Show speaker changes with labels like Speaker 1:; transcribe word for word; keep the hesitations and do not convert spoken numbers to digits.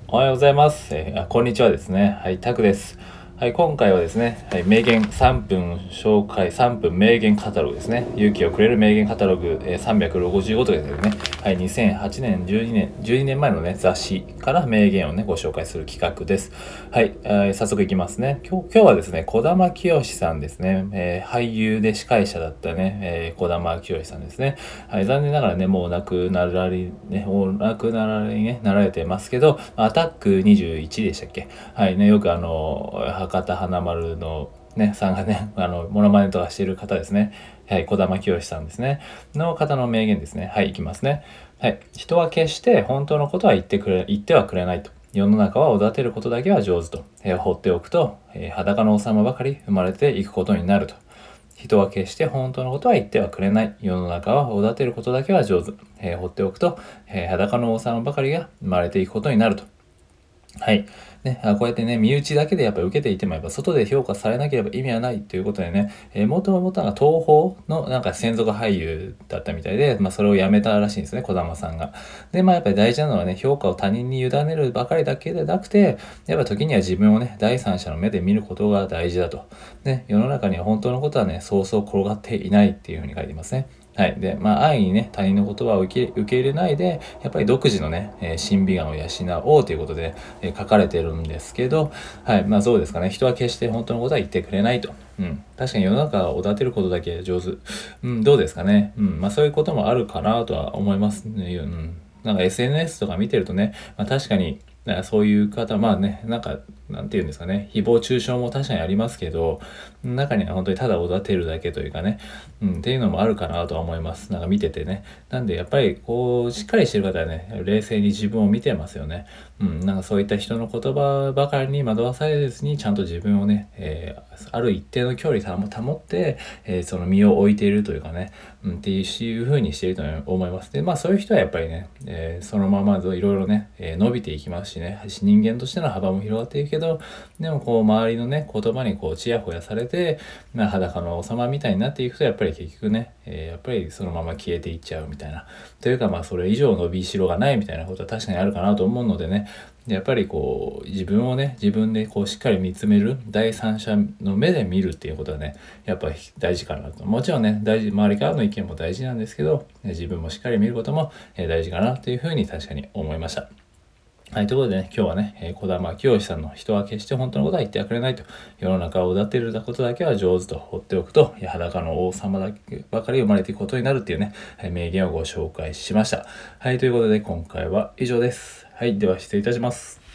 Speaker 1: おはようございます。えーあ、こんにちはですね。はい、タクです。はい、今回はですね、はい、名言さんぷん紹介、さんぷん名言カタログですね。勇気をくれる名言カタログ、えー、さんびゃくろくじゅうごということでね、はい、にせんはちねん、じゅうにねん、じゅうにねんまえのね、雑誌から名言をね、ご紹介する企画です。はい、えー早速いきますね。今日、今日はですね、児玉清さんですね。えー俳優で司会者だったね、えー、児玉清さんですね。はい、残念ながらね、もうお亡くなられ、ね、お亡くなられ、ね、なられてますけど、アタックにじゅういちでしたっけ。はいね、よくあの、博多華丸のね、さんがね、あの、モノマネとかしている方ですね。はい、児玉清さんですね。の方の名言ですね。はい、いきますね。はい。人は決して本当のことは言ってくれ、言ってはくれないと。世の中はおだてることだけは上手と。えー放っておくと、えー裸の王様ばかり生まれていくことになると。人は決して本当のことは言ってはくれない。世の中はおだてることだけは上手。えー放っておくと、えー裸の王様ばかりが生まれていくことになると。はい。ね、あこうやってね、身内だけでやっぱり受けていても、やっぱ外で評価されなければ意味はないということでね、えー、もともとは東宝のなんか専属俳優だったみたいで、まあそれを辞めたらしいんですね、児玉さんが。で、まあやっぱり大事なのはね、評価を他人に委ねるばかりだけでなくて、やっぱ時には自分をね、第三者の目で見ることが大事だと。ね、世の中には本当のことはね、そうそう転がっていないっていうふうに書いてますね。はい。で、まあ、安易にね、他人の言葉を受け受け入れないで、やっぱり独自のね、えー審美眼を養おうということで、えー書かれてるんですけど、はい。まあそうですかね。人は決して本当のことは言ってくれないと。うん。確かに世の中をおだてることだけ上手。うん、どうですかね。うん。まあそういうこともあるかなとは思いますね。うん。なんか エスエヌエス とか見てるとね、まあ確かに、なんかそういう方、まあね、なんか、なんて言うんですかね、誹謗中傷も確かにありますけど、中には本当にただおだてるだけというかね、うん、っていうのもあるかなとは思います。なんか見ててね。なんでやっぱりこう、しっかりしてる方はね、冷静に自分を見てますよね。うん、なんかそういった人の言葉ばかりに惑わされずに、ちゃんと自分をね、えーある一定の距離保保って、えーその身を置いているというかね、うん、っていう風にしていると思います。で、まあそういう人はやっぱりね、えーそのままいろいろね、えー伸びていきますしね、人間としての幅も広がっていくけど、でもこう周りのね、言葉にこうちやほやされて、まあ裸の王様みたいになっていくと、やっぱり結局ね、えーやっぱりそのまま消えていっちゃうみたいな。というかまあそれ以上伸びしろがないみたいなことは確かにあるかなと思うのでね、でやっぱりこう自分をね自分でこうしっかり見つめる第三者の目で見るっていうことはねやっぱり大事かなと。もちろんね大事、周りからの意見も大事なんですけど、自分もしっかり見ることも大事かなというふうに確かに思いました。はい、ということでね、今日はね、えー、児玉清さんの人は決して本当のことは言ってはくれないと。世の中をおだてることだけは上手と放っておくと、裸の王様だけばかり生まれていくことになるっていうね、はい、名言をご紹介しました。はい、ということで今回は以上です。はい、では失礼いたします。